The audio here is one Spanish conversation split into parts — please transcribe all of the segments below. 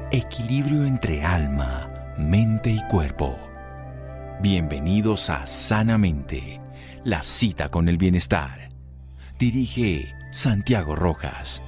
Equilibrio entre alma, mente y cuerpo. Bienvenidos a Sanamente, la cita con el bienestar. Dirige Santiago Rojas.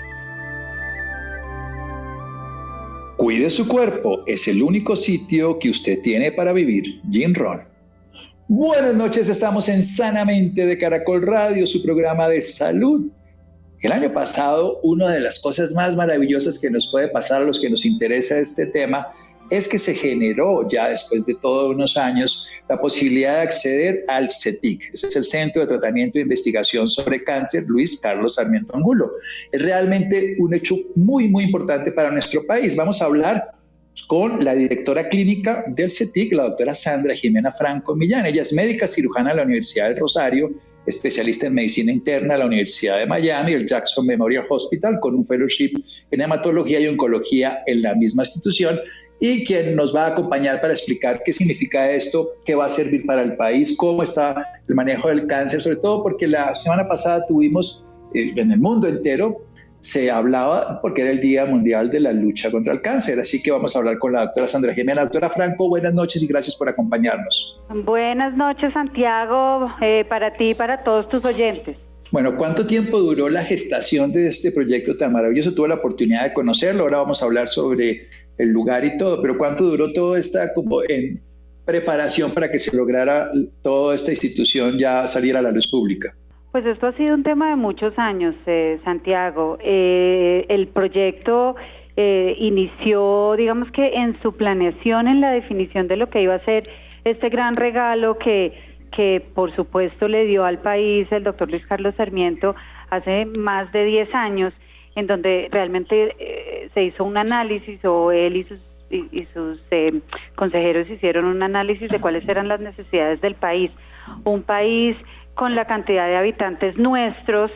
Cuide su cuerpo, es el único sitio que usted tiene para vivir. Jim Rohn. Buenas noches, estamos en Sanamente de Caracol Radio, su programa de salud. El año pasado, una de las cosas más maravillosas que nos puede pasar a los que nos interesa este tema es que se generó ya después de todos unos años la posibilidad de acceder al CETIC. Ese es el Centro de Tratamiento e Investigación sobre Cáncer Luis Carlos Sarmiento Angulo. Es realmente un hecho muy, muy importante para nuestro país. Vamos a hablar con la directora clínica del CETIC, la doctora Sandra Jimena Franco Millán. Ella es médica cirujana de la Universidad del Rosario, especialista en medicina interna de la Universidad de Miami, el Jackson Memorial Hospital, con un fellowship en hematología y oncología en la misma institución, y quien nos va a acompañar para explicar qué significa esto, qué va a servir para el país, cómo está el manejo del cáncer, sobre todo porque la semana pasada tuvimos en el mundo entero, se hablaba porque era el Día Mundial de la Lucha contra el Cáncer. Así que vamos a hablar con la doctora Sandra Jimena. Doctora Franco, buenas noches y gracias por acompañarnos. Buenas noches, Santiago, para ti y para todos tus oyentes. Bueno, ¿cuánto tiempo duró la gestación de este proyecto tan maravilloso? Tuve la oportunidad de conocerlo, ahora vamos a hablar sobre el lugar y todo, pero ¿cuánto duró toda esta como en preparación para que se lograra toda esta institución ya salir a la luz pública? Pues esto ha sido un tema de muchos años, Santiago. El proyecto inició, digamos que en su planeación, en la definición de lo que iba a ser este gran regalo que por supuesto le dio al país el doctor Luis Carlos Sarmiento hace más de 10 años, en donde realmente se hizo un análisis, o él y sus consejeros hicieron un análisis de cuáles eran las necesidades del país. Un país con la cantidad de habitantes nuestros,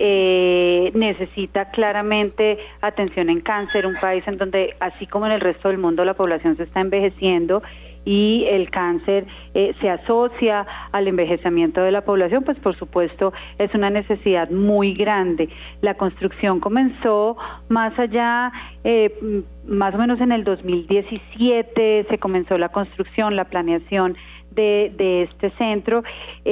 necesita claramente atención en cáncer, un país en donde, así como en el resto del mundo, la población se está envejeciendo y el cáncer se asocia al envejecimiento de la población, pues por supuesto es una necesidad muy grande. La construcción comenzó más allá, más o menos en el 2017 se comenzó la construcción, la planeación de este centro.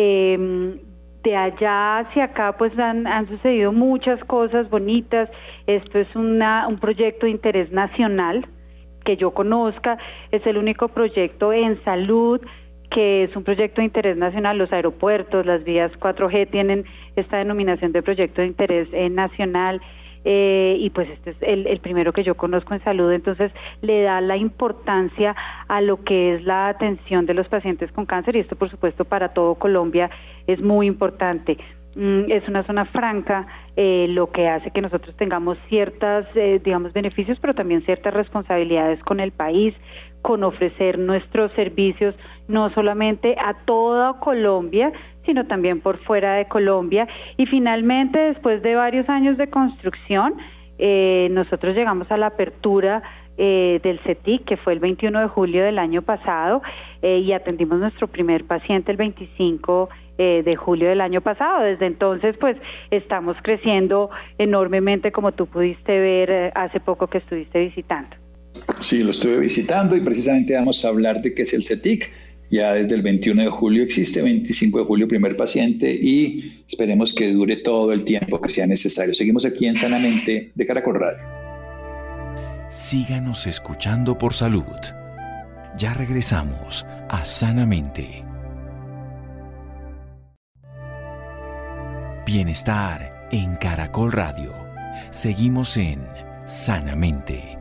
De allá hacia acá pues han sucedido muchas cosas bonitas. Esto es un proyecto de interés nacional que yo conozca, es el único proyecto en salud que es un proyecto de interés nacional. Los aeropuertos, las vías 4G tienen esta denominación de proyecto de interés nacional. Y pues este es el primero que yo conozco en salud, entonces le da la importancia a lo que es la atención de los pacientes con cáncer, y esto por supuesto para todo Colombia es muy importante. Es una zona franca, lo que hace que nosotros tengamos ciertas, digamos, beneficios, pero también ciertas responsabilidades con el país, con ofrecer nuestros servicios no solamente a toda Colombia, sino también por fuera de Colombia. Y finalmente, después de varios años de construcción, nosotros llegamos a la apertura del CETIC, que fue el 21 de julio del año pasado, y atendimos nuestro primer paciente el 25 de julio del año pasado. Desde entonces, pues, estamos creciendo enormemente, como tú pudiste ver hace poco que estuviste visitando. Sí, lo estuve visitando y precisamente vamos a hablar de qué es el CETIC. Ya desde el 21 de julio existe, 25 de julio primer paciente, y esperemos que dure todo el tiempo que sea necesario. Seguimos aquí en Sanamente de Caracol Radio. Síganos escuchando por salud. Ya regresamos a Sanamente. Bienestar en Caracol Radio. Seguimos en Sanamente.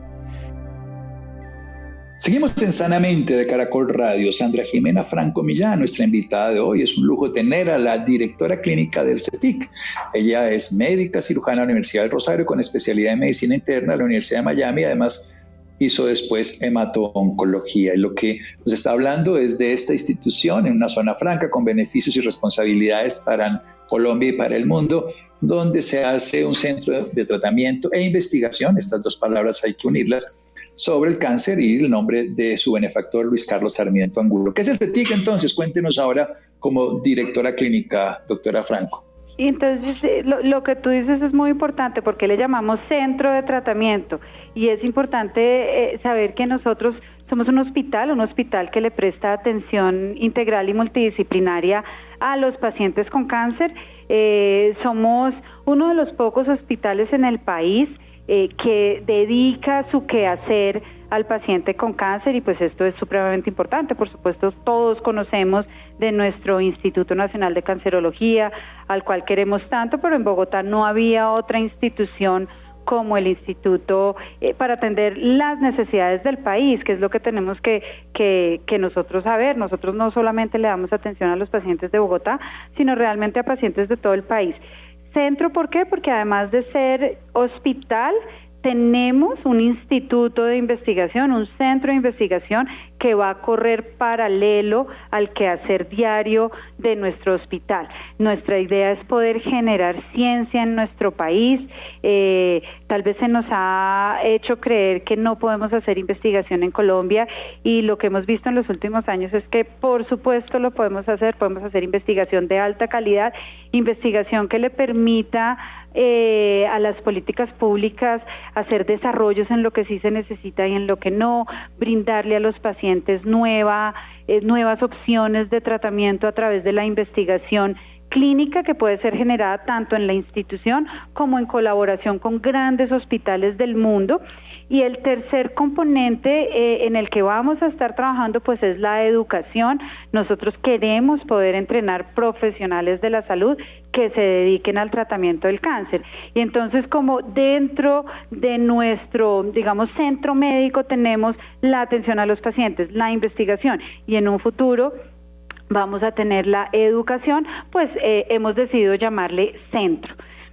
Seguimos en Sanamente de Caracol Radio. Sandra Jimena Franco Millán, nuestra invitada de hoy. Es un lujo tener a la directora clínica del CETIC. Ella es médica cirujana de la Universidad del Rosario con especialidad en medicina interna de la Universidad de Miami. Además, hizo después hemato-oncología. Y lo que nos está hablando es de esta institución en una zona franca con beneficios y responsabilidades para Colombia y para el mundo, donde se hace un centro de tratamiento e investigación. Estas dos palabras hay que unirlas, sobre el cáncer, y el nombre de su benefactor, Luis Carlos Sarmiento Angulo. ¿Qué es el CETIC entonces? Cuéntenos ahora como directora clínica, doctora Franco. Y entonces lo que tú dices es muy importante porque le llamamos centro de tratamiento y es importante saber que nosotros somos un hospital que le presta atención integral y multidisciplinaria a los pacientes con cáncer. Somos uno de los pocos hospitales en el país que dedica su quehacer al paciente con cáncer y pues esto es supremamente importante. Por supuesto, todos conocemos de nuestro Instituto Nacional de Cancerología, al cual queremos tanto, pero en Bogotá no había otra institución como el instituto para atender las necesidades del país, que es lo que tenemos que nosotros saber. Nosotros no solamente le damos atención a los pacientes de Bogotá, sino realmente a pacientes de todo el país. Centro, ¿por qué? Porque además de ser hospital, tenemos un instituto de investigación, un centro de investigación que va a correr paralelo al quehacer diario de nuestro hospital. Nuestra idea es poder generar ciencia en nuestro país. Tal vez se nos ha hecho creer que no podemos hacer investigación en Colombia y lo que hemos visto en los últimos años es que por supuesto lo podemos hacer investigación de alta calidad, investigación que le permita a las políticas públicas hacer desarrollos en lo que sí se necesita y en lo que no, brindarle a los pacientes nuevas opciones de tratamiento a través de la investigación clínica que puede ser generada tanto en la institución como en colaboración con grandes hospitales del mundo. Y el tercer componente en el que vamos a estar trabajando pues es la educación. Nosotros queremos poder entrenar profesionales de la salud que se dediquen al tratamiento del cáncer. Y entonces como dentro de nuestro, digamos, centro médico tenemos la atención a los pacientes, la investigación y en un futuro vamos a tener la educación, pues hemos decidido llamarle centro.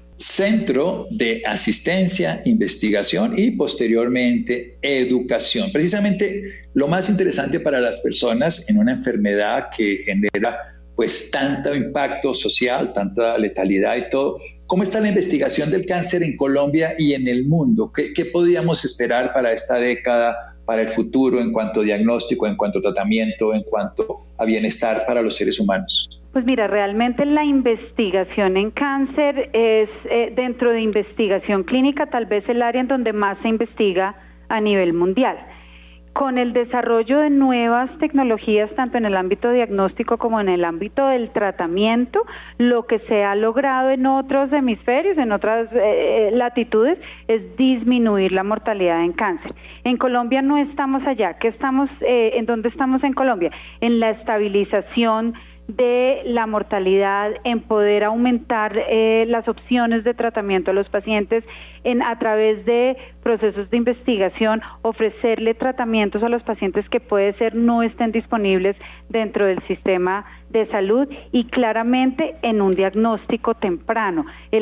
Centro de Asistencia, Investigación y posteriormente Educación. Precisamente lo más interesante para las personas en una enfermedad que genera pues tanto impacto social, tanta letalidad y todo. ¿Cómo está la investigación del cáncer en Colombia y en el mundo? ¿Qué podríamos esperar para esta década, para el futuro en cuanto a diagnóstico, en cuanto a tratamiento, en cuanto a bienestar para los seres humanos? Pues mira, realmente la investigación en cáncer es dentro de investigación clínica tal vez el área en donde más se investiga a nivel mundial. Con el desarrollo de nuevas tecnologías, tanto en el ámbito diagnóstico como en el ámbito del tratamiento, lo que se ha logrado en otros hemisferios, en otras latitudes, es disminuir la mortalidad en cáncer. En Colombia no estamos allá. ¿En dónde estamos en Colombia? En la estabilización de la mortalidad, en poder aumentar las opciones de tratamiento a los pacientes, a través de procesos de investigación, ofrecerle tratamientos a los pacientes que puede ser no estén disponibles dentro del sistema de salud y claramente en un diagnóstico temprano.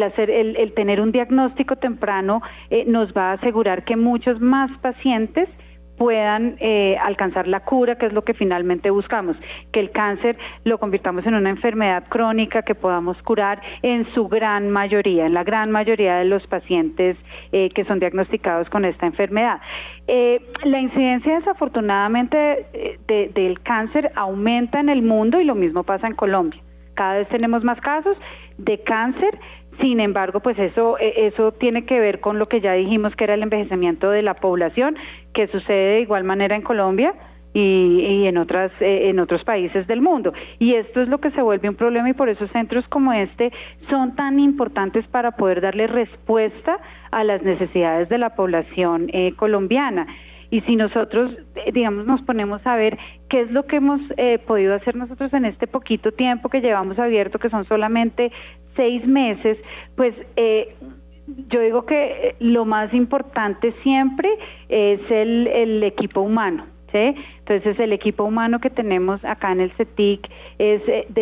El tener un diagnóstico temprano nos va a asegurar que muchos más pacientes puedan alcanzar la cura, que es lo que finalmente buscamos, que el cáncer lo convirtamos en una enfermedad crónica que podamos curar en su gran mayoría, en la gran mayoría de los pacientes que son diagnosticados con esta enfermedad. La incidencia desafortunadamente del cáncer aumenta en el mundo y lo mismo pasa en Colombia. Cada vez tenemos más casos de cáncer. Sin embargo, pues eso tiene que ver con lo que ya dijimos que era el envejecimiento de la población, que sucede de igual manera en Colombia y en otros países del mundo. Y esto es lo que se vuelve un problema y por eso centros como este son tan importantes para poder darle respuesta a las necesidades de la población colombiana. Y si nosotros, digamos, nos ponemos a ver qué es lo que hemos podido hacer nosotros en este poquito tiempo que llevamos abierto, que son solamente 6 meses, pues yo digo que lo más importante siempre es el equipo humano, ¿sí? Entonces el equipo humano que tenemos acá en el CETIC es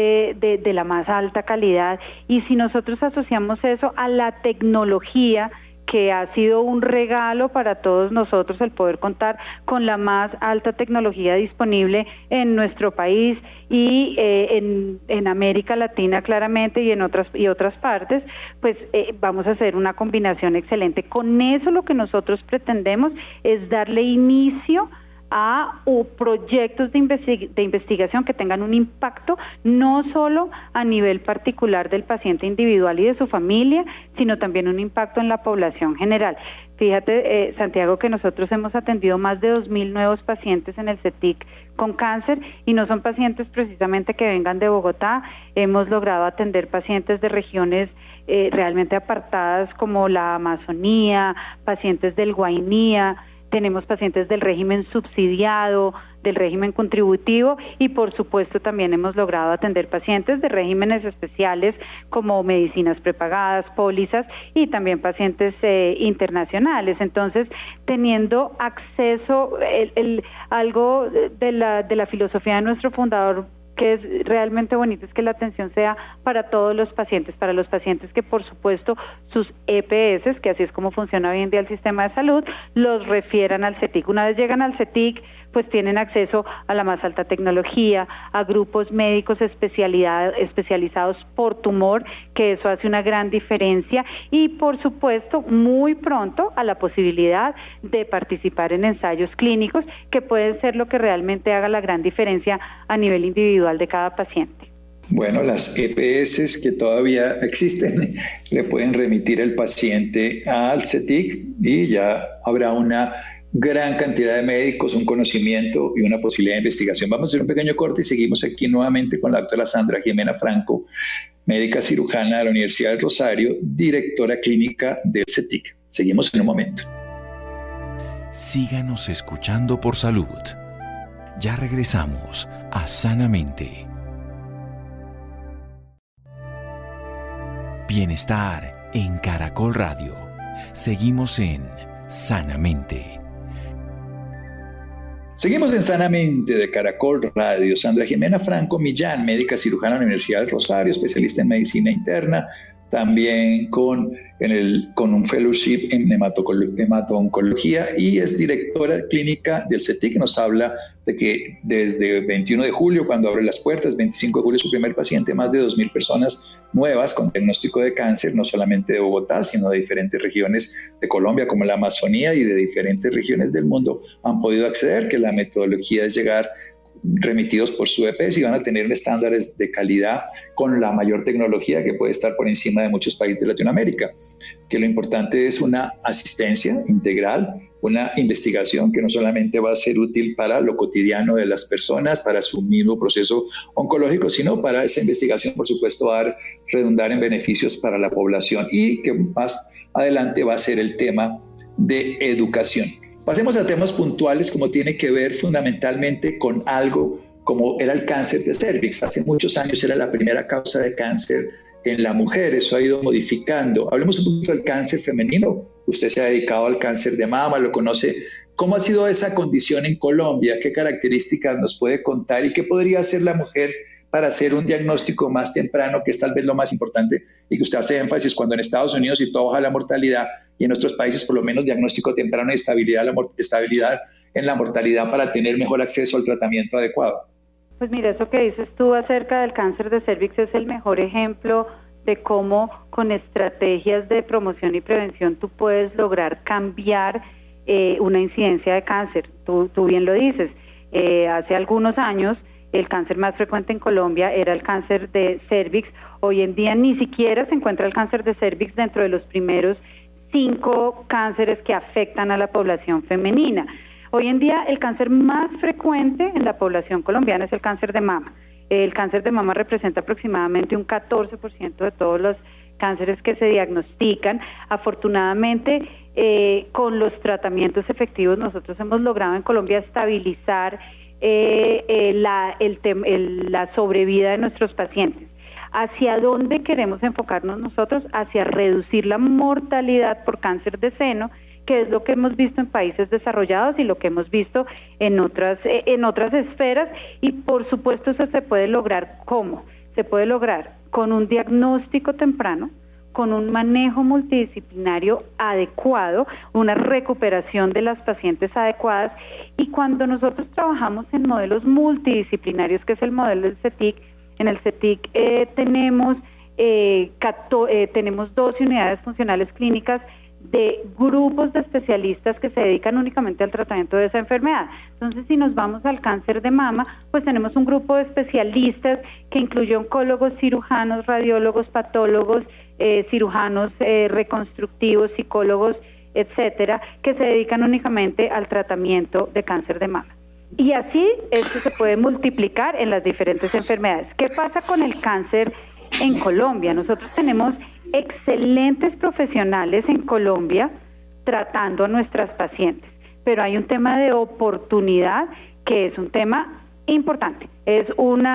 de la más alta calidad y si nosotros asociamos eso a la tecnología, que ha sido un regalo para todos nosotros el poder contar con la más alta tecnología disponible en nuestro país y en América Latina claramente y en otras partes, pues vamos a hacer una combinación excelente. Con eso lo que nosotros pretendemos es darle inicio a proyectos de investigación que tengan un impacto no solo a nivel particular del paciente individual y de su familia, sino también un impacto en la población general. Fíjate, Santiago, que nosotros hemos atendido más de 2.000 nuevos pacientes en el CETIC con cáncer y no son pacientes precisamente que vengan de Bogotá. Hemos logrado atender pacientes de regiones realmente apartadas como la Amazonía, pacientes del Guainía, tenemos pacientes del régimen subsidiado, del régimen contributivo y por supuesto también hemos logrado atender pacientes de regímenes especiales como medicinas prepagadas, pólizas y también pacientes internacionales. Entonces, teniendo acceso, algo de la filosofía de nuestro fundador que es realmente bonito es que la atención sea para todos los pacientes, para los pacientes que por supuesto sus EPS, que así es como funciona hoy en día el sistema de salud, los refieran al CETIC. Una vez llegan al CETIC, pues tienen acceso a la más alta tecnología, a grupos médicos especializados por tumor, que eso hace una gran diferencia, y por supuesto muy pronto a la posibilidad de participar en ensayos clínicos que pueden ser lo que realmente haga la gran diferencia a nivel individual de cada paciente. Bueno, las EPS que todavía existen le pueden remitir el paciente al CETIC y ya habrá una gran cantidad de médicos, un conocimiento y una posibilidad de investigación. Vamos a hacer un pequeño corte y seguimos aquí nuevamente con la doctora Sandra Jimena Franco, médica cirujana de la Universidad del Rosario, directora clínica del CETIC. Seguimos en un momento. Síganos escuchando por salud. Ya regresamos a Sanamente. Bienestar en Caracol Radio. Seguimos en Sanamente. Seguimos en Sanamente de Caracol Radio. Sandra Jimena Franco Millán, médica cirujana de la Universidad del Rosario, especialista en medicina interna, también con un fellowship en hemato-oncología y es directora clínica del CETIC. Nos habla de que desde el 21 de julio, cuando abre las puertas, 25 de julio, su primer paciente, más de 2.000 personas nuevas con diagnóstico de cáncer, no solamente de Bogotá, sino de diferentes regiones de Colombia, como la Amazonía, y de diferentes regiones del mundo han podido acceder, que la metodología es llegar remitidos por su EPS y van a tener estándares de calidad con la mayor tecnología que puede estar por encima de muchos países de Latinoamérica. Que lo importante es una asistencia integral, una investigación que no solamente va a ser útil para lo cotidiano de las personas, para su mismo proceso oncológico, sino para esa investigación, por supuesto, va a redundar en beneficios para la población y que más adelante va a ser el tema de educación. Pasemos a temas puntuales como tiene que ver fundamentalmente con algo como era el cáncer de cervix. Hace muchos años era la primera causa de cáncer en la mujer, eso ha ido modificando. Hablemos un poquito del cáncer femenino. Usted se ha dedicado al cáncer de mama, lo conoce. ¿Cómo ha sido esa condición en Colombia? ¿Qué características nos puede contar? ¿Y qué podría hacer la mujer para hacer un diagnóstico más temprano, que es tal vez lo más importante y que usted hace énfasis cuando en Estados Unidos y todo baja la mortalidad y en nuestros países por lo menos diagnóstico temprano y estabilidad en la mortalidad para tener mejor acceso al tratamiento adecuado? Pues mira, eso que dices tú acerca del cáncer de cervix es el mejor ejemplo de cómo con estrategias de promoción y prevención tú puedes lograr cambiar una incidencia de cáncer. Tú bien lo dices, hace algunos años el cáncer más frecuente en Colombia era el cáncer de cervix. Hoy en día ni siquiera se encuentra el cáncer de cervix dentro de los primeros 5 cánceres que afectan a la población femenina. Hoy en día el cáncer más frecuente en la población colombiana es el cáncer de mama. El cáncer de mama representa aproximadamente un 14% de todos los cánceres que se diagnostican. Afortunadamente, con los tratamientos efectivos nosotros hemos logrado en Colombia estabilizar la sobrevida de nuestros pacientes. ¿Hacia dónde queremos enfocarnos nosotros? Hacia reducir la mortalidad por cáncer de seno, que es lo que hemos visto en países desarrollados y lo que hemos visto en otras esferas, y por supuesto eso se puede lograr. ¿Cómo? Se puede lograr con un diagnóstico temprano, con un manejo multidisciplinario adecuado, una recuperación de las pacientes adecuadas, y cuando nosotros trabajamos en modelos multidisciplinarios, que es el modelo del CETIC, en el CETIC tenemos 12 unidades funcionales clínicas de grupos de especialistas que se dedican únicamente al tratamiento de esa enfermedad. Entonces, si nos vamos al cáncer de mama, pues tenemos un grupo de especialistas que incluye oncólogos, cirujanos, radiólogos, patólogos, cirujanos reconstructivos, psicólogos, etcétera, que se dedican únicamente al tratamiento de cáncer de mama. Y así esto se puede multiplicar en las diferentes enfermedades. ¿Qué pasa con el cáncer en Colombia? Nosotros tenemos excelentes profesionales en Colombia tratando a nuestras pacientes, pero hay un tema de oportunidad que es un tema importante, es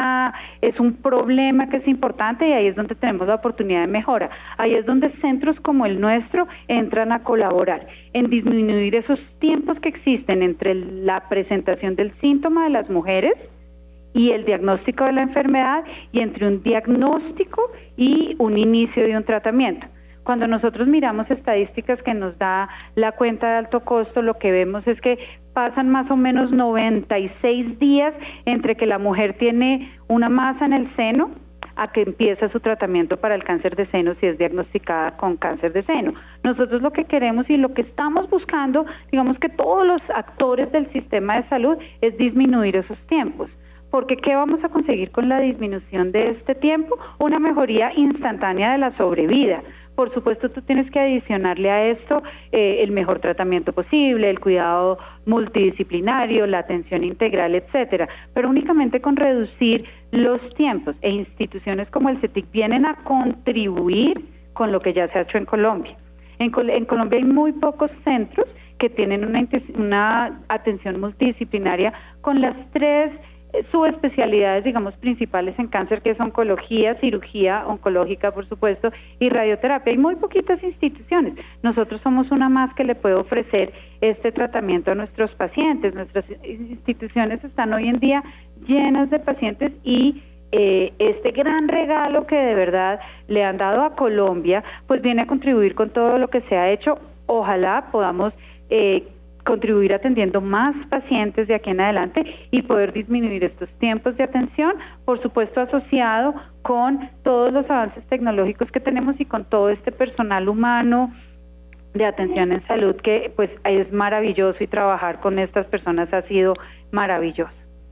un problema que es importante y ahí es donde tenemos la oportunidad de mejora. Ahí es donde centros como el nuestro entran a colaborar en disminuir esos tiempos que existen entre la presentación del síntoma de las mujeres y el diagnóstico de la enfermedad, y entre un diagnóstico y un inicio de un tratamiento. Cuando nosotros miramos estadísticas que nos da la cuenta de alto costo, lo que vemos es que pasan más o menos 96 días entre que la mujer tiene una masa en el seno a que empieza su tratamiento para el cáncer de seno si es diagnosticada con cáncer de seno. Nosotros lo que queremos y lo que estamos buscando, digamos que todos los actores del sistema de salud, es disminuir esos tiempos. Porque ¿qué vamos a conseguir con la disminución de este tiempo? Una mejoría instantánea de la sobrevida. Por supuesto, tú tienes que adicionarle a esto el mejor tratamiento posible, el cuidado multidisciplinario, la atención integral, etcétera. Pero únicamente con reducir los tiempos, e instituciones como el CETIC vienen a contribuir con lo que ya se ha hecho en Colombia. En Colombia hay muy pocos centros que tienen una atención multidisciplinaria con las tres subespecialidades, digamos, principales en cáncer, que es oncología, cirugía oncológica, por supuesto, y radioterapia. Hay muy poquitas instituciones. Nosotros somos una más que le puede ofrecer este tratamiento a nuestros pacientes. Nuestras instituciones están hoy en día llenas de pacientes y este gran regalo que de verdad le han dado a Colombia, pues viene a contribuir con todo lo que se ha hecho. Ojalá podamos contribuir atendiendo más pacientes de aquí en adelante y poder disminuir estos tiempos de atención, por supuesto asociado con todos los avances tecnológicos que tenemos y con todo este personal humano de atención en salud que pues es maravilloso, y trabajar con estas personas ha sido maravilloso.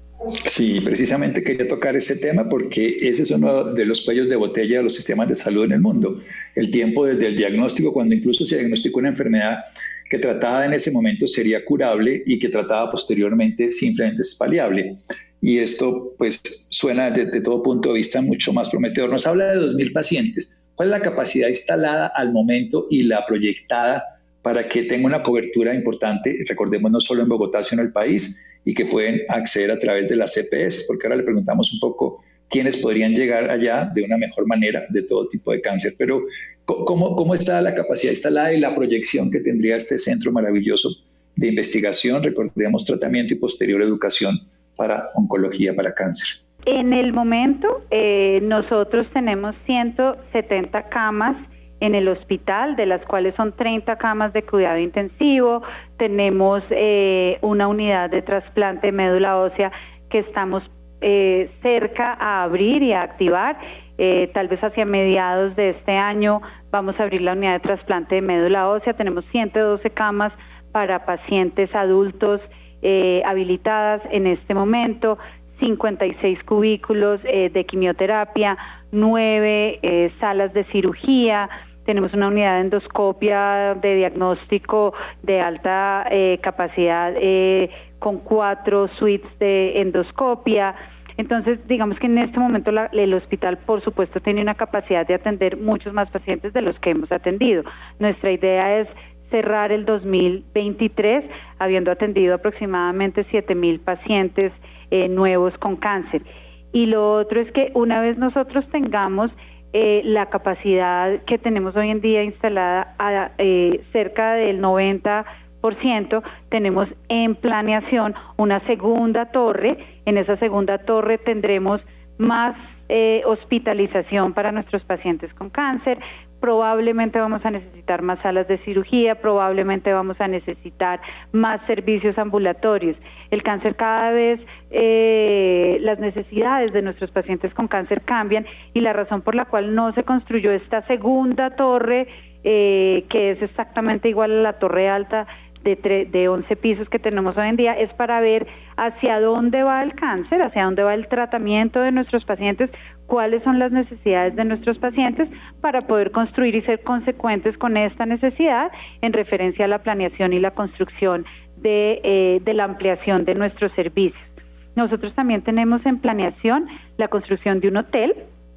Sí, precisamente quería tocar ese tema porque ese es uno de los cuellos de botella de los sistemas de salud en el mundo. El tiempo desde el diagnóstico, cuando incluso se diagnostica una enfermedad que tratada en ese momento sería curable y que tratada posteriormente simplemente es paliable. Y esto pues suena desde todo punto de vista mucho más prometedor. Nos habla de 2.000 pacientes. ¿Cuál es la capacidad instalada al momento y la proyectada para que tenga una cobertura importante? Recordemos, no solo en Bogotá, sino en el país, y que pueden acceder a través de las EPS, porque ahora le preguntamos un poco quiénes podrían llegar allá de una mejor manera de todo tipo de cáncer. Pero ¿cómo está la capacidad instalada y la proyección que tendría este centro maravilloso de investigación, recordemos, tratamiento y posterior educación para oncología, para cáncer? En el momento, nosotros tenemos 170 camas en el hospital, de las cuales son 30 camas de cuidado intensivo. Tenemos una unidad de trasplante de médula ósea que estamos cerca a abrir y a activar. Tal vez hacia mediados de este año vamos a abrir la unidad de trasplante de médula ósea. Tenemos 112 camas para pacientes adultos habilitadas en este momento, 56 cubículos de quimioterapia, 9 salas de cirugía. Tenemos una unidad de endoscopia de diagnóstico de alta capacidad con 4 suites de endoscopia. Entonces, digamos que en este momento el hospital, por supuesto, tiene una capacidad de atender muchos más pacientes de los que hemos atendido. Nuestra idea es cerrar el 2023 habiendo atendido aproximadamente 7.000 pacientes nuevos con cáncer. Y lo otro es que una vez nosotros tengamos la capacidad que tenemos hoy en día instalada a cerca del 90%, tenemos en planeación una segunda torre. En esa segunda torre tendremos más hospitalización para nuestros pacientes con cáncer. Probablemente vamos a necesitar más salas de cirugía, probablemente vamos a necesitar más servicios ambulatorios. El cáncer cada vez, las necesidades de nuestros pacientes con cáncer cambian, y la razón por la cual no se construyó esta segunda torre que es exactamente igual a la torre alta de 11 pisos que tenemos hoy en día, es para ver hacia dónde va el cáncer, hacia dónde va el tratamiento de nuestros pacientes, cuáles son las necesidades de nuestros pacientes, para poder construir y ser consecuentes con esta necesidad en referencia a la planeación y la construcción de la ampliación de nuestros servicios. Nosotros también tenemos en planeación la construcción de un hotel.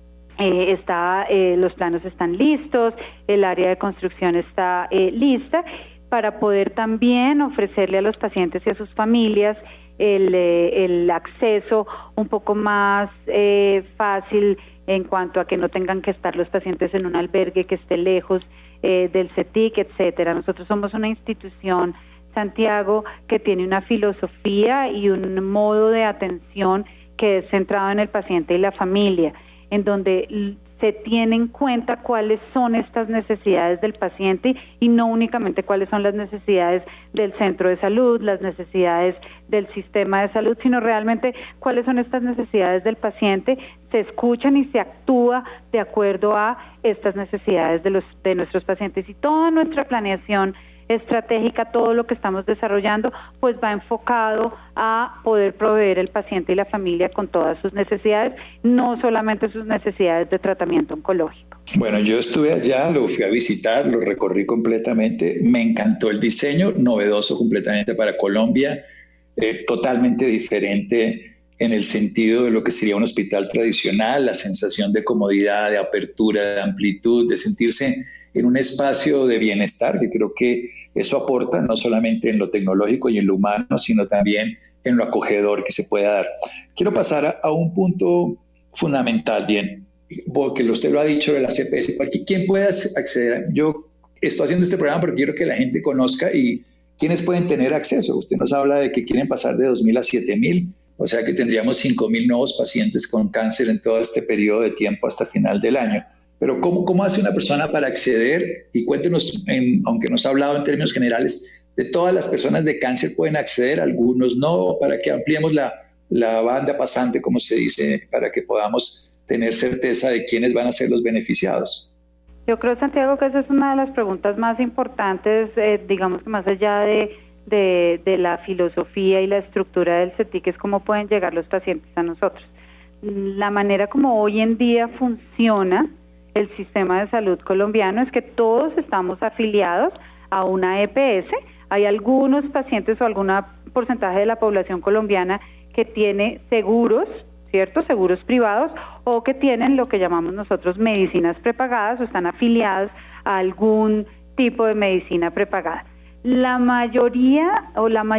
Los planos están listos, el área de construcción está lista, para poder también ofrecerle a los pacientes y a sus familias el acceso un poco más fácil en cuanto a que no tengan que estar los pacientes en un albergue que esté lejos del CETIC, etcétera. Nosotros somos una institución, Santiago, que tiene una filosofía y un modo de atención que es centrado en el paciente y la familia, en donde se tiene en cuenta cuáles son estas necesidades del paciente y no únicamente cuáles son las necesidades del centro de salud, las necesidades del sistema de salud, sino realmente cuáles son estas necesidades del paciente, se escuchan y se actúa de acuerdo a estas necesidades de nuestros pacientes, y toda nuestra planeación estratégica, todo lo que estamos desarrollando, pues va enfocado a poder proveer el paciente y la familia con todas sus necesidades, no solamente sus necesidades de tratamiento oncológico. Bueno, yo estuve allá, lo fui a visitar, lo recorrí completamente, me encantó el diseño, novedoso completamente para Colombia, totalmente diferente en el sentido de lo que sería un hospital tradicional, la sensación de comodidad, de apertura, de amplitud, de sentirse en un espacio de bienestar, que creo que eso aporta no solamente en lo tecnológico y en lo humano, sino también en lo acogedor que se pueda dar. Quiero pasar a un punto fundamental, bien, porque usted lo ha dicho de la CPS, ¿quién puede acceder? Yo estoy haciendo este programa porque quiero que la gente conozca y quiénes pueden tener acceso. Usted nos habla de que quieren pasar de 2.000 a 7.000, o sea que tendríamos 5.000 nuevos pacientes con cáncer en todo este periodo de tiempo hasta final del año. Pero ¿cómo hace una persona para acceder? Y cuéntenos, aunque nos ha hablado en términos generales, de todas las personas de cáncer pueden acceder, algunos no, para que ampliemos la banda pasante, como se dice, para que podamos tener certeza de quiénes van a ser los beneficiados. Yo creo, Santiago, que esa es una de las preguntas más importantes, digamos que más allá de la filosofía y la estructura del CETIC, es cómo pueden llegar los pacientes a nosotros. La manera como hoy en día funciona el sistema de salud colombiano es que todos estamos afiliados a una EPS. Hay algunos pacientes o algún porcentaje de la población colombiana que tiene seguros, ¿cierto? Seguros privados, o que tienen lo que llamamos nosotros medicinas prepagadas o están afiliados a algún tipo de medicina prepagada. La mayoría o la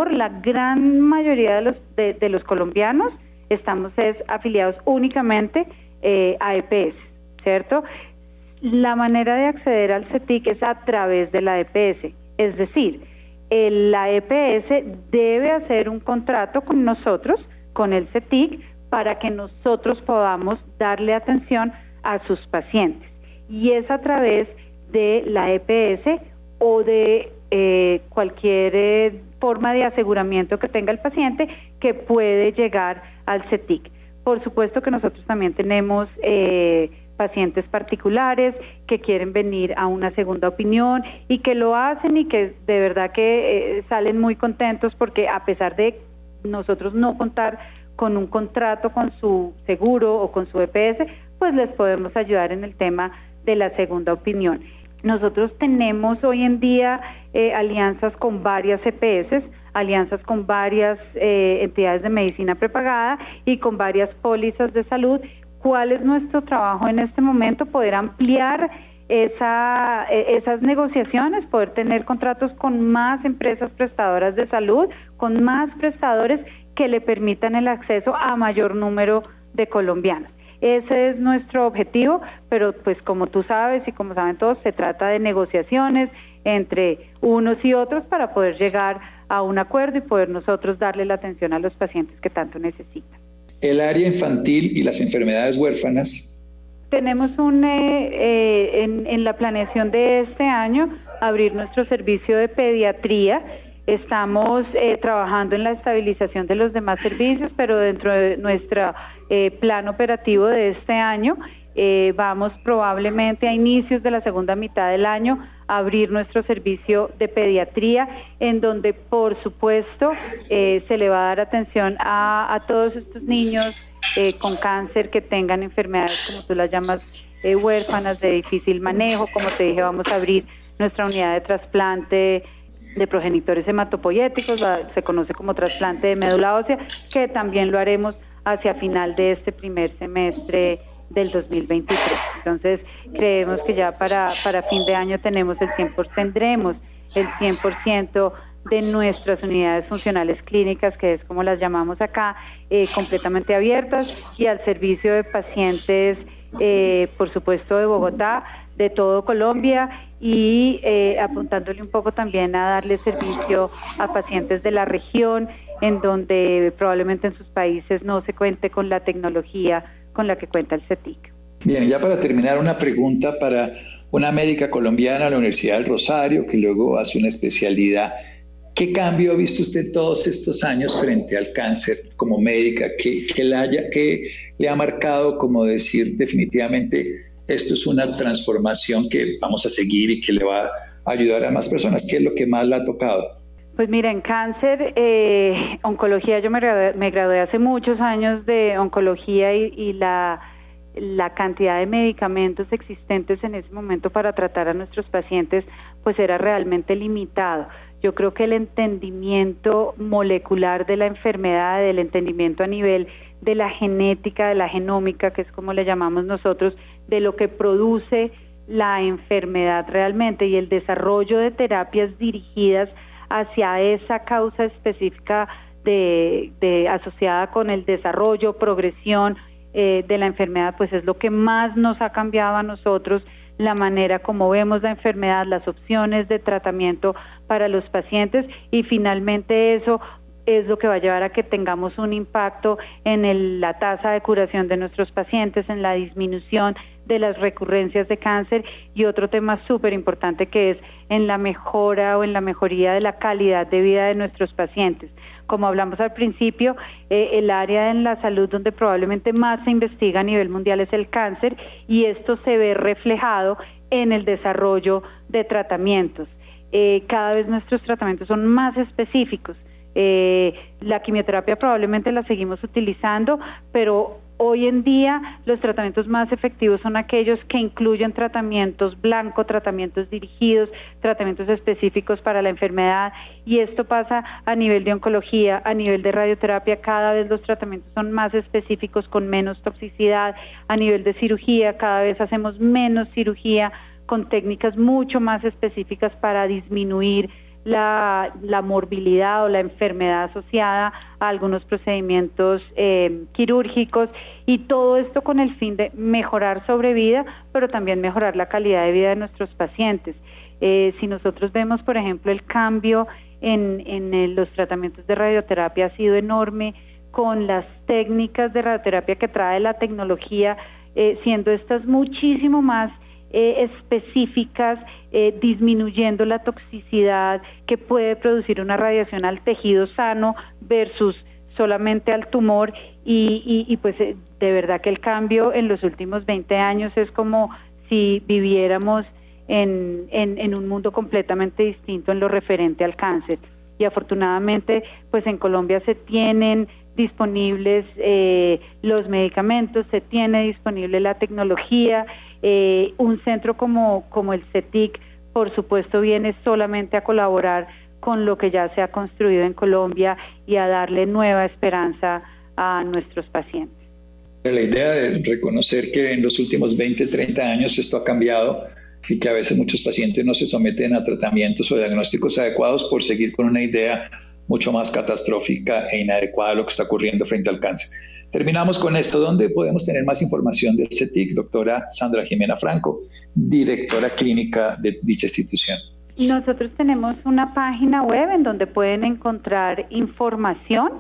gran mayoría de los colombianos estamos afiliados únicamente a EPS, ¿cierto? La manera de acceder al CETIC es a través de la EPS, es decir, la EPS debe hacer un contrato con nosotros, con el CETIC, para que nosotros podamos darle atención a sus pacientes, y es a través de la EPS o de cualquier forma de aseguramiento que tenga el paciente que puede llegar al CETIC. Por supuesto que nosotros también tenemos pacientes particulares que quieren venir a una segunda opinión y que lo hacen y que de verdad que salen muy contentos porque a pesar de nosotros no contar con un contrato con su seguro o con su EPS, pues les podemos ayudar en el tema de la segunda opinión. Nosotros tenemos hoy en día alianzas con varias EPS, alianzas con varias entidades de medicina prepagada y con varias pólizas de salud. ¿Cuál es nuestro trabajo en este momento? Poder ampliar esas negociaciones, poder tener contratos con más empresas prestadoras de salud, con más prestadores que le permitan el acceso a mayor número de colombianos. Ese es nuestro objetivo, pero pues como tú sabes y como saben todos, se trata de negociaciones entre unos y otros para poder llegar a un acuerdo y poder nosotros darle la atención a los pacientes que tanto necesitan. El área infantil y las enfermedades huérfanas. Tenemos en la planeación de este año abrir nuestro servicio de pediatría. Estamos trabajando en la estabilización de los demás servicios, pero dentro de nuestro plan operativo de este año vamos probablemente a inicios de la segunda mitad del año a abrir nuestro servicio de pediatría, en donde por supuesto se le va a dar atención a todos estos niños con cáncer que tengan enfermedades, como tú las llamas, huérfanas, de difícil manejo. Como te dije, vamos a abrir nuestra unidad de trasplante de progenitores hematopoyéticos, se conoce como trasplante de médula ósea, que también lo haremos hacia final de este primer semestre del 2023. Entonces, creemos que ya para fin de año tendremos el 100% de nuestras unidades funcionales clínicas, que es como las llamamos acá, completamente abiertas y al servicio de pacientes, por supuesto, de Bogotá, de todo Colombia, y apuntándole un poco también a darle servicio a pacientes de la región, en donde probablemente en sus países no se cuente con la tecnología con la que cuenta el CETIC. Bien, ya para terminar, una pregunta para una médica colombiana de la Universidad del Rosario, que luego hace una especialidad. ¿Qué cambio ha visto usted todos estos años frente al cáncer como médica? ¿Qué le ha marcado como decir definitivamente esto es una transformación que vamos a seguir y que le va a ayudar a más personas? ¿Qué es lo que más le ha tocado? Pues mira, en cáncer, oncología, yo me gradué hace muchos años de oncología y la cantidad de medicamentos existentes en ese momento para tratar a nuestros pacientes pues era realmente limitado. Yo creo que el entendimiento molecular de la enfermedad, el entendimiento a nivel de la genética, de la genómica, que es como le llamamos nosotros, de lo que produce la enfermedad realmente, y el desarrollo de terapias dirigidas hacia esa causa específica asociada con el desarrollo, progresión de la enfermedad, pues es lo que más nos ha cambiado a nosotros, la manera como vemos la enfermedad, las opciones de tratamiento para los pacientes, y finalmente eso es lo que va a llevar a que tengamos un impacto en la tasa de curación de nuestros pacientes, en la disminución de las recurrencias de cáncer, y otro tema súper importante que es en la mejora o en la mejoría de la calidad de vida de nuestros pacientes. Como hablamos al principio, el área en la salud donde probablemente más se investiga a nivel mundial es el cáncer, y esto se ve reflejado en el desarrollo de tratamientos. Cada vez nuestros tratamientos son más específicos. La quimioterapia probablemente la seguimos utilizando, pero hoy en día los tratamientos más efectivos son aquellos que incluyen tratamientos blanco, tratamientos dirigidos, tratamientos específicos para la enfermedad, y esto pasa a nivel de oncología, a nivel de radioterapia. Cada vez los tratamientos son más específicos, con menos toxicidad. A nivel de cirugía, cada vez hacemos menos cirugía, con técnicas mucho más específicas para disminuir la morbilidad o la enfermedad asociada a algunos procedimientos quirúrgicos, y todo esto con el fin de mejorar sobrevida, pero también mejorar la calidad de vida de nuestros pacientes. Si nosotros vemos, por ejemplo, el cambio en los tratamientos de radioterapia ha sido enorme, con las técnicas de radioterapia que trae la tecnología, siendo estas muchísimo más específicas, disminuyendo la toxicidad que puede producir una radiación al tejido sano versus solamente al tumor, y pues de verdad que el cambio en los últimos 20 años es como si viviéramos en un mundo completamente distinto en lo referente al cáncer. Y afortunadamente pues en Colombia se tienen disponibles los medicamentos, se tiene disponible la tecnología. Un centro como el CETIC, por supuesto, viene solamente a colaborar con lo que ya se ha construido en Colombia y a darle nueva esperanza a nuestros pacientes. La idea de reconocer que en los últimos 20, 30 años esto ha cambiado, y que a veces muchos pacientes no se someten a tratamientos o diagnósticos adecuados por seguir con una idea mucho más catastrófica e inadecuada a lo que está ocurriendo frente al cáncer. Terminamos con esto. ¿Dónde podemos tener más información del CETIC, doctora Sandra Jimena Franco, directora clínica de dicha institución? Nosotros tenemos una página web en donde pueden encontrar información.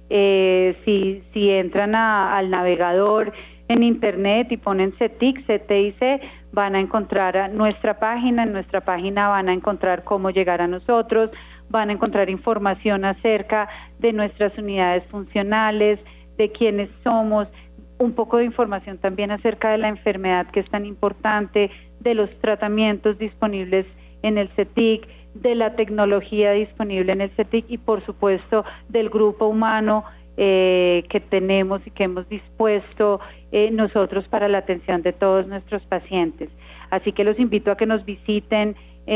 Si entran al navegador en internet y ponen CETIC, CTIC, van a encontrar nuestra página. En nuestra página van a encontrar cómo llegar a nosotros, van a encontrar información acerca de nuestras unidades funcionales, de quiénes somos, un poco de información también acerca de la enfermedad que es tan importante, de los tratamientos disponibles en el CETIC, de la tecnología disponible en el CETIC y por supuesto del grupo humano que tenemos y que hemos dispuesto nosotros para la atención de todos nuestros pacientes. Así que los invito a que nos visiten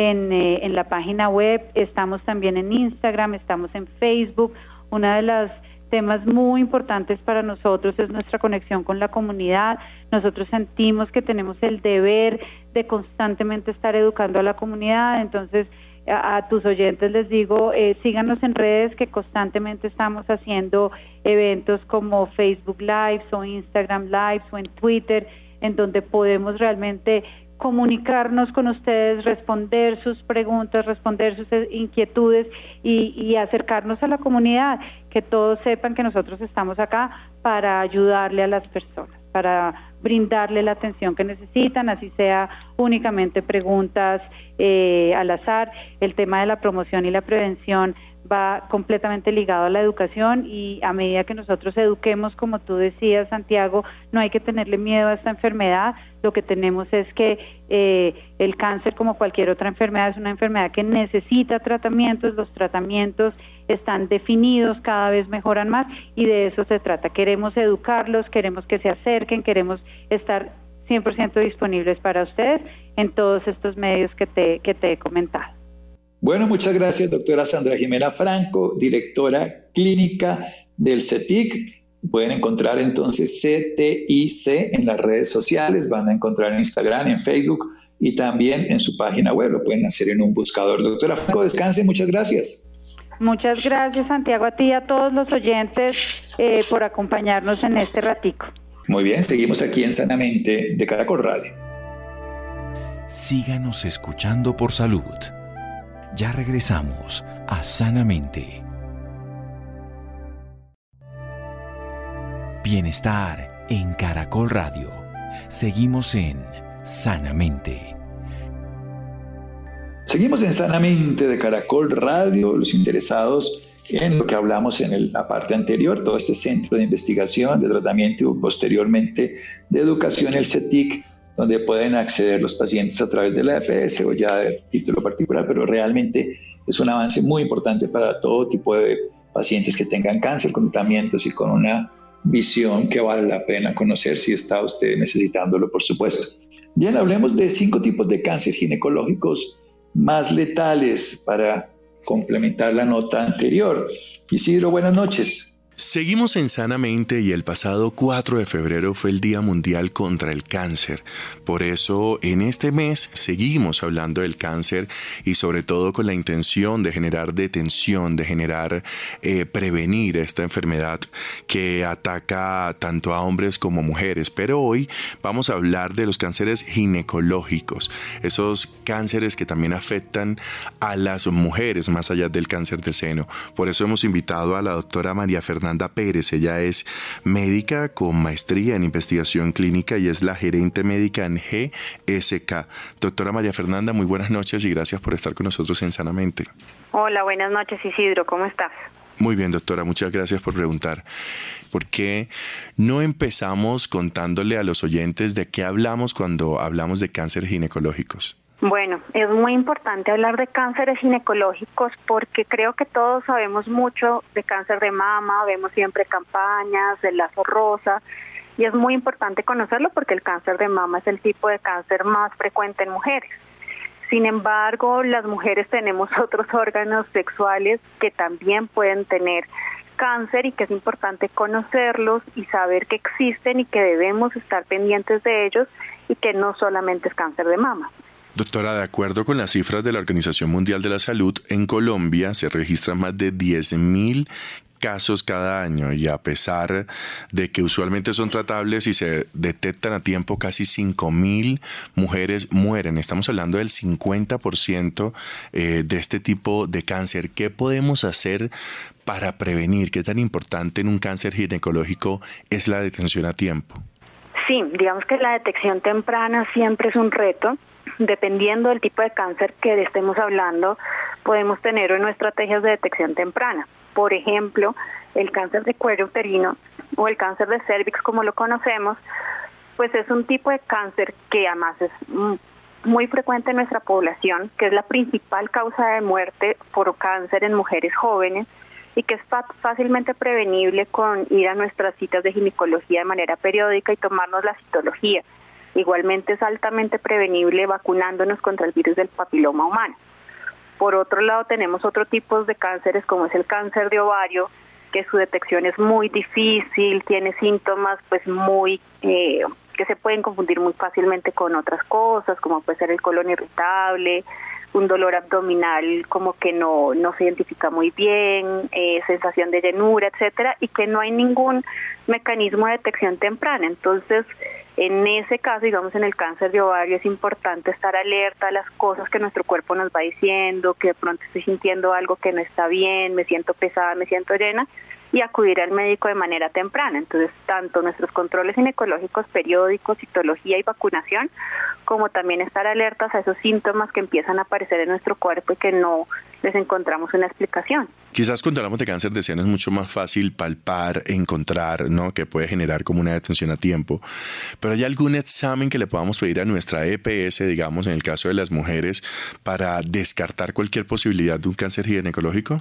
en la página web, estamos también en Instagram, estamos en Facebook. Una de las temas muy importantes para nosotros es nuestra conexión con la comunidad. Nosotros sentimos que tenemos el deber de constantemente estar educando a la comunidad, entonces a tus oyentes les digo, síganos en redes, que constantemente estamos haciendo eventos como Facebook Lives o Instagram Lives o en Twitter, en donde podemos realmente comunicarnos con ustedes, responder sus preguntas, responder sus inquietudes y acercarnos a la comunidad, que todos sepan que nosotros estamos acá para ayudarle a las personas, para brindarle la atención que necesitan, así sea únicamente preguntas al azar. El tema de la promoción y la prevención va completamente ligado a la educación y a medida que nosotros eduquemos, como tú decías, Santiago, no hay que tenerle miedo a esta enfermedad. Lo que tenemos es que el cáncer, como cualquier otra enfermedad, es una enfermedad que necesita tratamientos. Los tratamientos están definidos, cada vez mejoran más y de eso se trata. Queremos educarlos, queremos que se acerquen, queremos estar 100% disponibles para ustedes en todos estos medios que te he comentado. Bueno, muchas gracias, doctora Sandra Jimena Franco, directora clínica del CETIC. Pueden encontrar entonces CTIC en las redes sociales, van a encontrar en Instagram, en Facebook y también en su página web. Lo pueden hacer en un buscador. Doctora Franco, descanse, muchas gracias. Muchas gracias, Santiago, a ti y a todos los oyentes por acompañarnos en este ratico. Muy bien, seguimos aquí en Sanamente de Caracol Radio. Síganos escuchando por salud. Ya regresamos a Sanamente. Bienestar en Caracol Radio. Seguimos en Sanamente. Seguimos en Sanamente de Caracol Radio. Los interesados en lo que hablamos en la parte anterior, todo este centro de investigación, de tratamiento y posteriormente de educación, el CETIC, donde pueden acceder los pacientes a través de la EPS o ya de título particular, pero realmente es un avance muy importante para todo tipo de pacientes que tengan cáncer, con tratamientos y con una visión que vale la pena conocer si está usted necesitándolo, por supuesto. Bien, hablemos de 5 tipos de cáncer ginecológicos más letales para complementar la nota anterior. Isidro, buenas noches. Seguimos en Sanamente y el pasado 4 de febrero fue el Día Mundial contra el Cáncer. Por eso, en este mes seguimos hablando del cáncer y sobre todo con la intención de generar detención, de generar prevenir esta enfermedad que ataca tanto a hombres como mujeres. Pero hoy vamos a hablar de los cánceres ginecológicos, esos cánceres que también afectan a las mujeres más allá del cáncer de seno. Por eso hemos invitado a la doctora María Fernanda Pérez. Ella es médica con maestría en investigación clínica y es la gerente médica en GSK. Doctora María Fernanda, muy buenas noches y gracias por estar con nosotros en Sanamente. Hola, buenas noches, Isidro, ¿cómo estás? Muy bien, doctora, muchas gracias por preguntar. ¿Por qué no empezamos contándole a los oyentes de qué hablamos cuando hablamos de cánceres ginecológicos? Bueno, es muy importante hablar de cánceres ginecológicos porque creo que todos sabemos mucho de cáncer de mama, vemos siempre campañas, el lazo rosa, y es muy importante conocerlo porque el cáncer de mama es el tipo de cáncer más frecuente en mujeres. Sin embargo, las mujeres tenemos otros órganos sexuales que también pueden tener cáncer y que es importante conocerlos y saber que existen y que debemos estar pendientes de ellos y que no solamente es cáncer de mama. Doctora, de acuerdo con las cifras de la Organización Mundial de la Salud, en Colombia se registran más de 10.000 casos cada año y a pesar de que usualmente son tratables y se detectan a tiempo, casi 5.000 mujeres mueren. Estamos hablando del 50% de este tipo de cáncer. ¿Qué podemos hacer para prevenir? ¿Qué tan importante en un cáncer ginecológico es la detención a tiempo? Sí, digamos que la detección temprana siempre es un reto. Dependiendo del tipo de cáncer que estemos hablando, podemos tener unas estrategias de detección temprana. Por ejemplo, el cáncer de cuello uterino o el cáncer de cervix como lo conocemos, pues es un tipo de cáncer que además es muy frecuente en nuestra población, que es la principal causa de muerte por cáncer en mujeres jóvenes y que es fácilmente prevenible con ir a nuestras citas de ginecología de manera periódica y tomarnos la citología. Igualmente es altamente prevenible vacunándonos contra el virus del papiloma humano. Por otro lado, tenemos otro tipo de cánceres como es el cáncer de ovario, que su detección es muy difícil, tiene síntomas pues muy que se pueden confundir muy fácilmente con otras cosas, como puede ser el colon irritable, un dolor abdominal como que no se identifica muy bien, sensación de llenura, etcétera, y que no hay ningún mecanismo de detección temprana. Entonces, en ese caso, digamos, en el cáncer de ovario es importante estar alerta a las cosas que nuestro cuerpo nos va diciendo, que de pronto estoy sintiendo algo que no está bien, me siento pesada, me siento llena, y acudir al médico de manera temprana. Entonces, tanto nuestros controles ginecológicos periódicos, citología y vacunación, como también estar alertas a esos síntomas que empiezan a aparecer en nuestro cuerpo y que no les encontramos una explicación. Quizás cuando hablamos de cáncer de seno es mucho más fácil palpar, encontrar, ¿no? Que puede generar como una detención a tiempo. Pero ¿hay algún examen que le podamos pedir a nuestra EPS, digamos, en el caso de las mujeres, para descartar cualquier posibilidad de un cáncer ginecológico?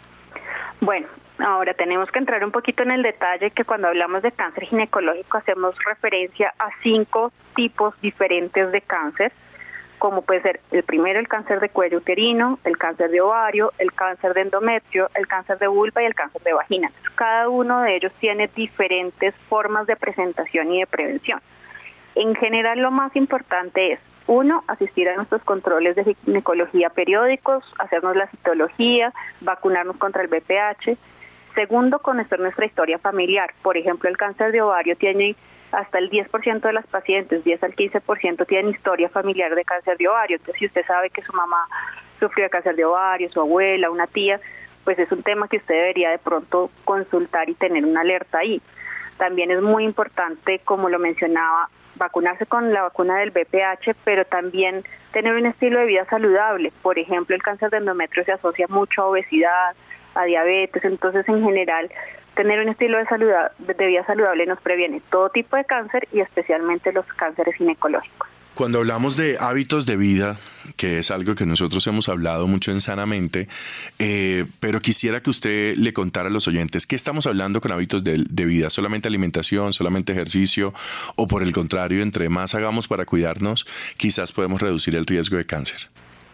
Bueno, ahora tenemos que entrar un poquito en el detalle que cuando hablamos de cáncer ginecológico hacemos referencia a 5 tipos diferentes de cáncer, como puede ser el primero, el cáncer de cuello uterino, el cáncer de ovario, el cáncer de endometrio, el cáncer de vulva y el cáncer de vagina. Cada uno de ellos tiene diferentes formas de presentación y de prevención. En general, lo más importante es, 1, asistir a nuestros controles de ginecología periódicos, hacernos la citología, vacunarnos contra el VPH. 2, conocer nuestra historia familiar. Por ejemplo, el cáncer de ovario tiene hasta el 10% de las pacientes, 10 al 15% tienen historia familiar de cáncer de ovario. Entonces, si usted sabe que su mamá sufrió de cáncer de ovario, su abuela, una tía, pues es un tema que usted debería de pronto consultar y tener una alerta ahí. También es muy importante, como lo mencionaba, vacunarse con la vacuna del VPH, pero también tener un estilo de vida saludable. Por ejemplo, el cáncer de endometrio se asocia mucho a obesidad, a diabetes, entonces en general tener un estilo de vida saludable nos previene todo tipo de cáncer y especialmente los cánceres ginecológicos. Cuando hablamos de hábitos de vida, que es algo que nosotros hemos hablado mucho en Sanamente, pero quisiera que usted le contara a los oyentes, ¿qué estamos hablando con hábitos de vida? ¿Solamente alimentación, solamente ejercicio? ¿O por el contrario, entre más hagamos para cuidarnos, quizás podemos reducir el riesgo de cáncer?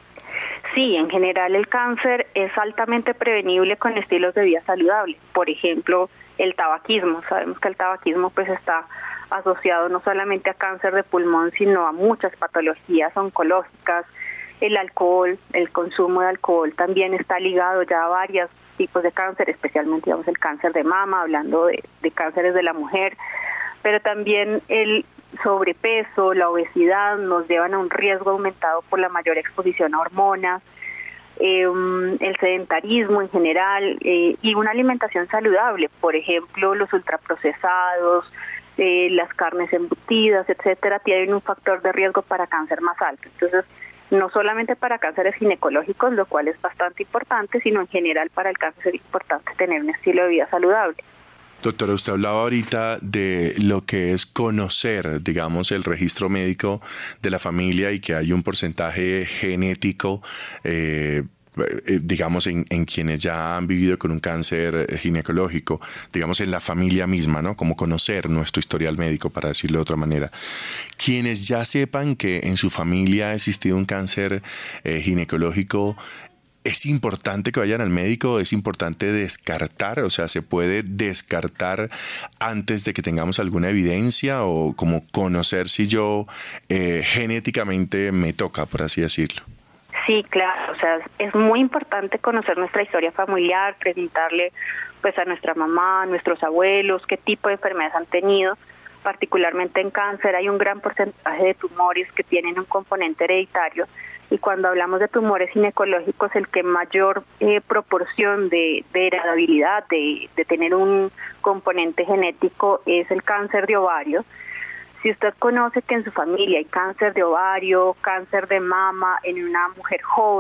Sí, en general el cáncer es altamente prevenible con estilos de vida saludables. Por ejemplo, el tabaquismo. Sabemos que el tabaquismo pues está asociado no solamente a cáncer de pulmón, sino a muchas patologías oncológicas. El alcohol, el consumo de alcohol también está ligado ya a varios tipos de cáncer, especialmente digamos el cáncer de mama, hablando de cánceres de la mujer, pero también el sobrepeso, la obesidad nos llevan a un riesgo aumentado por la mayor exposición a hormonas, el sedentarismo en general y una alimentación saludable, por ejemplo los ultraprocesados, las carnes embutidas, etcétera, tienen un factor de riesgo para cáncer más alto. Entonces, no solamente para cánceres ginecológicos, lo cual es bastante importante, sino en general para el cáncer es importante tener un estilo de vida saludable. Doctora, usted hablaba ahorita de lo que es conocer, digamos, el registro médico de la familia y que hay un porcentaje genético, digamos, en quienes ya han vivido con un cáncer ginecológico, digamos, en la familia misma, ¿no? Como conocer nuestro historial médico, para decirlo de otra manera. Quienes ya sepan que en su familia ha existido un cáncer ginecológico, ¿es importante que vayan al médico? ¿Es importante descartar? O sea, ¿se puede descartar antes de que tengamos alguna evidencia o como conocer si yo genéticamente me toca, por así decirlo? Sí, claro, o sea, es muy importante conocer nuestra historia familiar, preguntarle pues a nuestra mamá, a nuestros abuelos, qué tipo de enfermedades han tenido. Particularmente en cáncer hay un gran porcentaje de tumores que tienen un componente hereditario. Y cuando hablamos de tumores ginecológicos, el que mayor proporción de heredabilidad, de tener un componente genético, es el cáncer de ovario. Si usted conoce que en su familia hay cáncer de ovario, cáncer de mama en una mujer joven,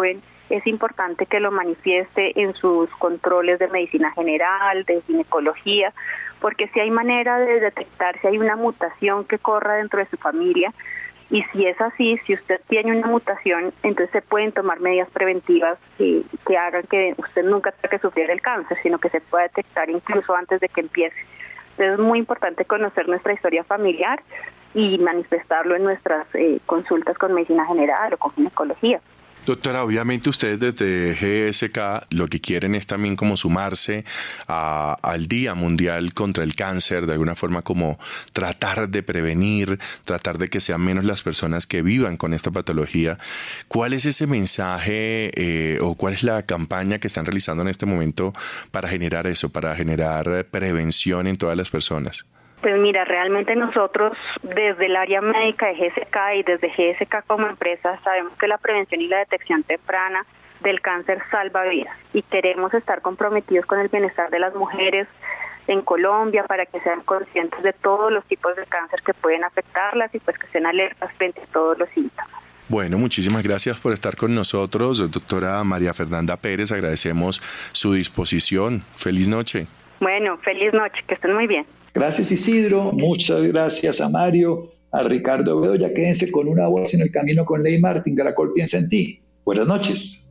es importante que lo manifieste en sus controles de medicina general, de ginecología, porque si hay manera de detectar si hay una mutación que corra dentro de su familia, y si es así, si usted tiene una mutación, entonces se pueden tomar medidas preventivas que hagan que usted nunca tenga que sufrir el cáncer, sino que se pueda detectar incluso antes de que empiece. Entonces es muy importante conocer nuestra historia familiar y manifestarlo en nuestras consultas con medicina general o con ginecología. Doctora, obviamente ustedes desde GSK lo que quieren es también como sumarse al Día Mundial contra el Cáncer, de alguna forma como tratar de prevenir, tratar de que sean menos las personas que vivan con esta patología. ¿Cuál es ese mensaje o cuál es la campaña que están realizando en este momento para generar eso, para generar prevención en todas las personas? Pues mira, realmente nosotros desde el área médica de GSK y desde GSK como empresa sabemos que la prevención y la detección temprana del cáncer salva vidas y queremos estar comprometidos con el bienestar de las mujeres en Colombia para que sean conscientes de todos los tipos de cáncer que pueden afectarlas y pues que estén alertas frente a todos los síntomas. Bueno, muchísimas gracias por estar con nosotros, doctora María Fernanda Pérez, agradecemos su disposición. Feliz noche. Bueno, feliz noche, que estén muy bien. Gracias, Isidro. Muchas gracias a Mario, a Ricardo Bedoya. Quédense con Una Voz en el Camino con Ley Martin. Caracol piensa en ti. Buenas noches.